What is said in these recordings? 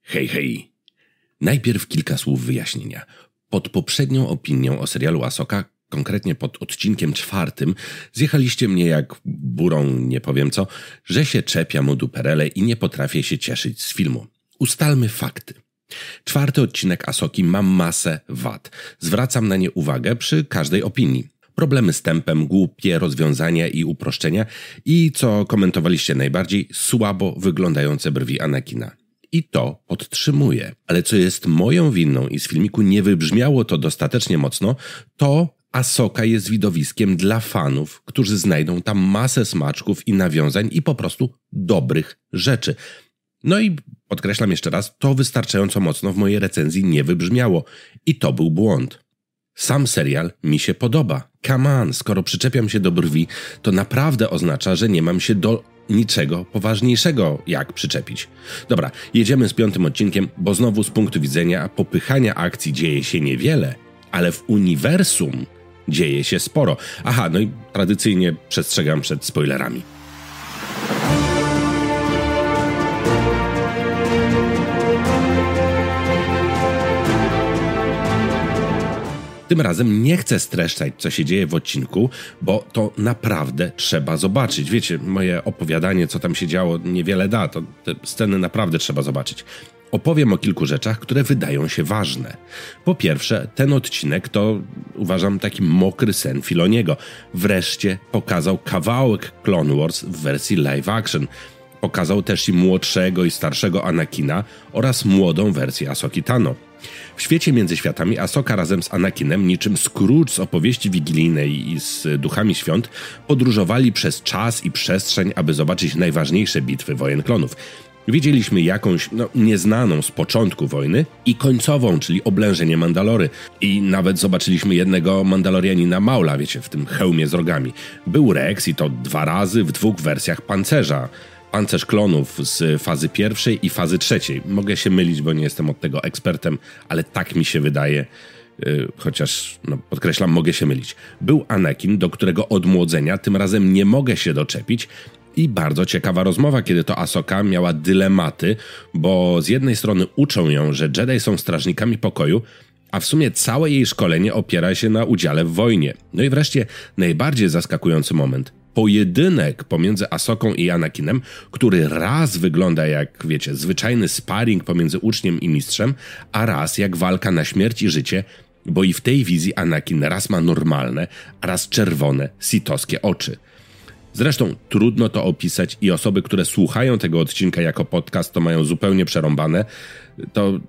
Hej, hej. Najpierw kilka słów wyjaśnienia. Pod poprzednią opinią o serialu Asoka, konkretnie pod odcinkiem 4, zjechaliście mnie jak burą nie powiem co, że się czepiam o duperele i nie potrafię się cieszyć z filmu. Ustalmy fakty. 4. odcinek Asoki ma masę wad. Zwracam na nie uwagę przy każdej opinii. Problemy z tempem, głupie rozwiązania i uproszczenia i, co komentowaliście najbardziej, słabo wyglądające brwi Anakina. I to podtrzymuję. Ale co jest moją winą i z filmiku nie wybrzmiało to dostatecznie mocno, to Asoka jest widowiskiem dla fanów, którzy znajdą tam masę smaczków i nawiązań i po prostu dobrych rzeczy. No i podkreślam jeszcze raz, to wystarczająco mocno w mojej recenzji nie wybrzmiało. I to był błąd. Sam serial mi się podoba. Come on, skoro przyczepiam się do brwi, to naprawdę oznacza, że nie mam się do niczego poważniejszego jak przyczepić. Dobra, jedziemy z 5. odcinkiem, bo znowu z punktu widzenia popychania akcji dzieje się niewiele, ale w uniwersum dzieje się sporo. Aha, no i tradycyjnie przestrzegam przed spoilerami. Tym razem nie chcę streszczać, co się dzieje w odcinku, bo to naprawdę trzeba zobaczyć. Wiecie, moje opowiadanie, co tam się działo, niewiele da. To te sceny naprawdę trzeba zobaczyć. Opowiem o kilku rzeczach, które wydają się ważne. Po pierwsze, ten odcinek to, uważam, taki mokry sen Filoniego. Wreszcie pokazał kawałek Clone Wars w wersji live action. Pokazał też i młodszego i starszego Anakina oraz młodą wersję Asoki Tano. W świecie między światami Asoka razem z Anakinem, niczym Scrooge z opowieści wigilijnej i z Duchami Świąt, podróżowali przez czas i przestrzeń, aby zobaczyć najważniejsze bitwy wojen klonów. Widzieliśmy jakąś, nieznaną z początku wojny i końcową, czyli oblężenie Mandalory. I nawet zobaczyliśmy jednego Mandalorianina Maula, wiecie, w tym hełmie z rogami. Był Rex i to 2 razy w 2 wersjach pancerza. Pancerz klonów z fazy 1 i fazy 3. Mogę się mylić, bo nie jestem od tego ekspertem, ale tak mi się wydaje, chociaż podkreślam, mogę się mylić. Był Anakin, do którego odmłodzenia tym razem nie mogę się doczepić i bardzo ciekawa rozmowa, kiedy to Asoka miała dylematy, bo z jednej strony uczą ją, że Jedi są strażnikami pokoju, a w sumie całe jej szkolenie opiera się na udziale w wojnie. No i wreszcie najbardziej zaskakujący moment. Pojedynek pomiędzy Asoką i Anakinem, który raz wygląda jak, wiecie, zwyczajny sparring pomiędzy uczniem i mistrzem, a raz jak walka na śmierć i życie, bo i w tej wizji Anakin raz ma normalne, a raz czerwone, sithowskie oczy. Zresztą trudno to opisać i osoby, które słuchają tego odcinka jako podcast, to mają zupełnie przerąbane. To,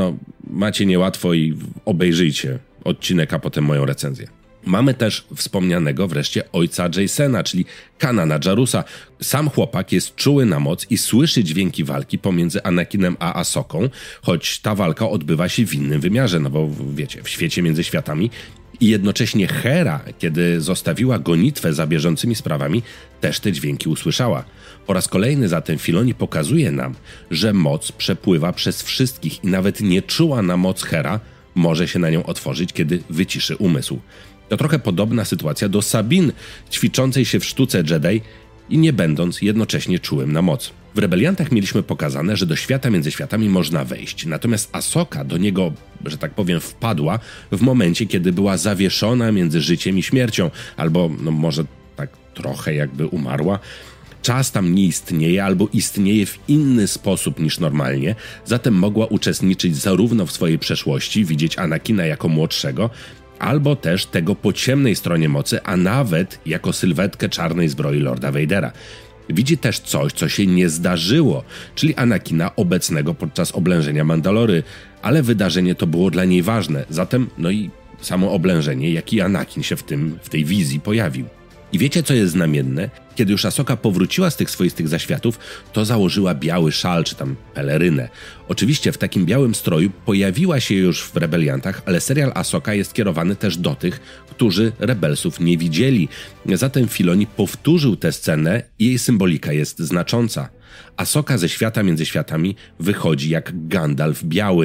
macie niełatwo i obejrzyjcie odcinek, a potem moją recenzję. Mamy też wspomnianego wreszcie ojca Jacena, czyli Kanana Jarusa. Sam chłopak jest czuły na moc i słyszy dźwięki walki pomiędzy Anakinem a Asoką, choć ta walka odbywa się w innym wymiarze, bo wiecie, w świecie między światami. I jednocześnie Hera, kiedy zostawiła gonitwę za bieżącymi sprawami, też te dźwięki usłyszała. Po raz kolejny zatem Filoni pokazuje nam, że moc przepływa przez wszystkich i nawet nieczuła na moc Hera może się na nią otworzyć, kiedy wyciszy umysł. To trochę podobna sytuacja do Sabine, ćwiczącej się w sztuce Jedi i nie będąc jednocześnie czułym na moc. W Rebeliantach mieliśmy pokazane, że do świata między światami można wejść, natomiast Asoka do niego, że tak powiem, wpadła w momencie, kiedy była zawieszona między życiem i śmiercią, albo może tak trochę jakby umarła. Czas tam nie istnieje albo istnieje w inny sposób niż normalnie, zatem mogła uczestniczyć zarówno w swojej przeszłości, widzieć Anakina jako młodszego, albo też tego po ciemnej stronie mocy, a nawet jako sylwetkę czarnej zbroi Lorda Vadera. Widzi też coś, co się nie zdarzyło, czyli Anakina obecnego podczas oblężenia Mandalory, ale wydarzenie to było dla niej ważne, zatem i samo oblężenie, jak i Anakin się w tej wizji pojawił. I wiecie, co jest znamienne? Kiedy już Asoka powróciła z tych swoistych zaświatów, to założyła biały szal, czy tam pelerynę. Oczywiście w takim białym stroju pojawiła się już w Rebeliantach, ale serial Asoka jest kierowany też do tych, którzy Rebelsów nie widzieli. Zatem Filoni powtórzył tę scenę i jej symbolika jest znacząca. Asoka ze świata między światami wychodzi jak Gandalf biały,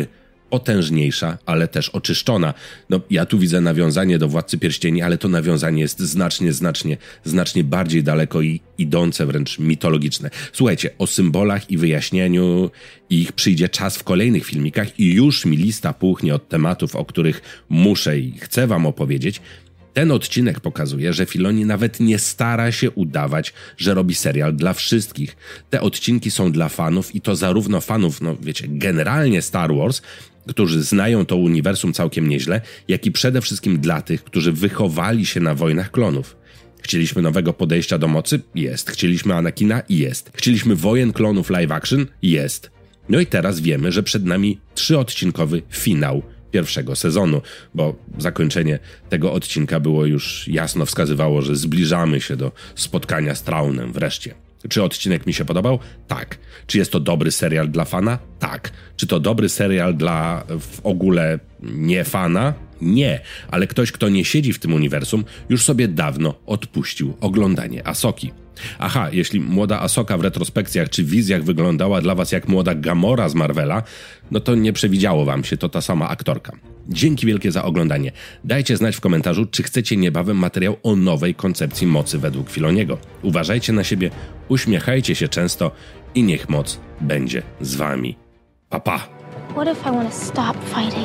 potężniejsza, ale też oczyszczona. No, ja tu widzę nawiązanie do Władcy Pierścieni, ale to nawiązanie jest znacznie bardziej daleko i idące, wręcz mitologiczne. Słuchajcie, o symbolach i wyjaśnieniu ich przyjdzie czas w kolejnych filmikach i już mi lista puchnie od tematów, o których muszę i chcę wam opowiedzieć. Ten odcinek pokazuje, że Filoni nawet nie stara się udawać, że robi serial dla wszystkich. Te odcinki są dla fanów i to zarówno fanów, no wiecie, generalnie Star Wars, którzy znają to uniwersum całkiem nieźle, jak i przede wszystkim dla tych, którzy wychowali się na Wojnach Klonów. Chcieliśmy nowego podejścia do mocy? Jest. Chcieliśmy Anakina? Jest. Chcieliśmy Wojen Klonów live action? Jest. No i teraz wiemy, że przed nami 3-odcinkowy finał pierwszego sezonu, bo zakończenie tego odcinka było już jasno wskazywało, że zbliżamy się do spotkania z Traunem wreszcie. Czy odcinek mi się podobał? Tak. Czy jest to dobry serial dla fana? Tak. Czy to dobry serial dla w ogóle nie fana? Nie. Ale ktoś, kto nie siedzi w tym uniwersum, już sobie dawno odpuścił oglądanie Asoki. Aha, jeśli młoda Asoka w retrospekcjach czy wizjach wyglądała dla was jak młoda Gamora z Marvela, no to nie przewidziało wam się, to ta sama aktorka. Dzięki wielkie za oglądanie. Dajcie znać w komentarzu, czy chcecie niebawem materiał o nowej koncepcji mocy według Filoniego. Uważajcie na siebie, uśmiechajcie się często i niech moc będzie z wami. Pa, pa. What if I want to stop fighting?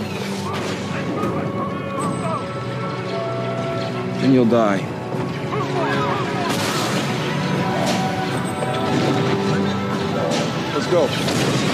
Then you'll die. Let's go.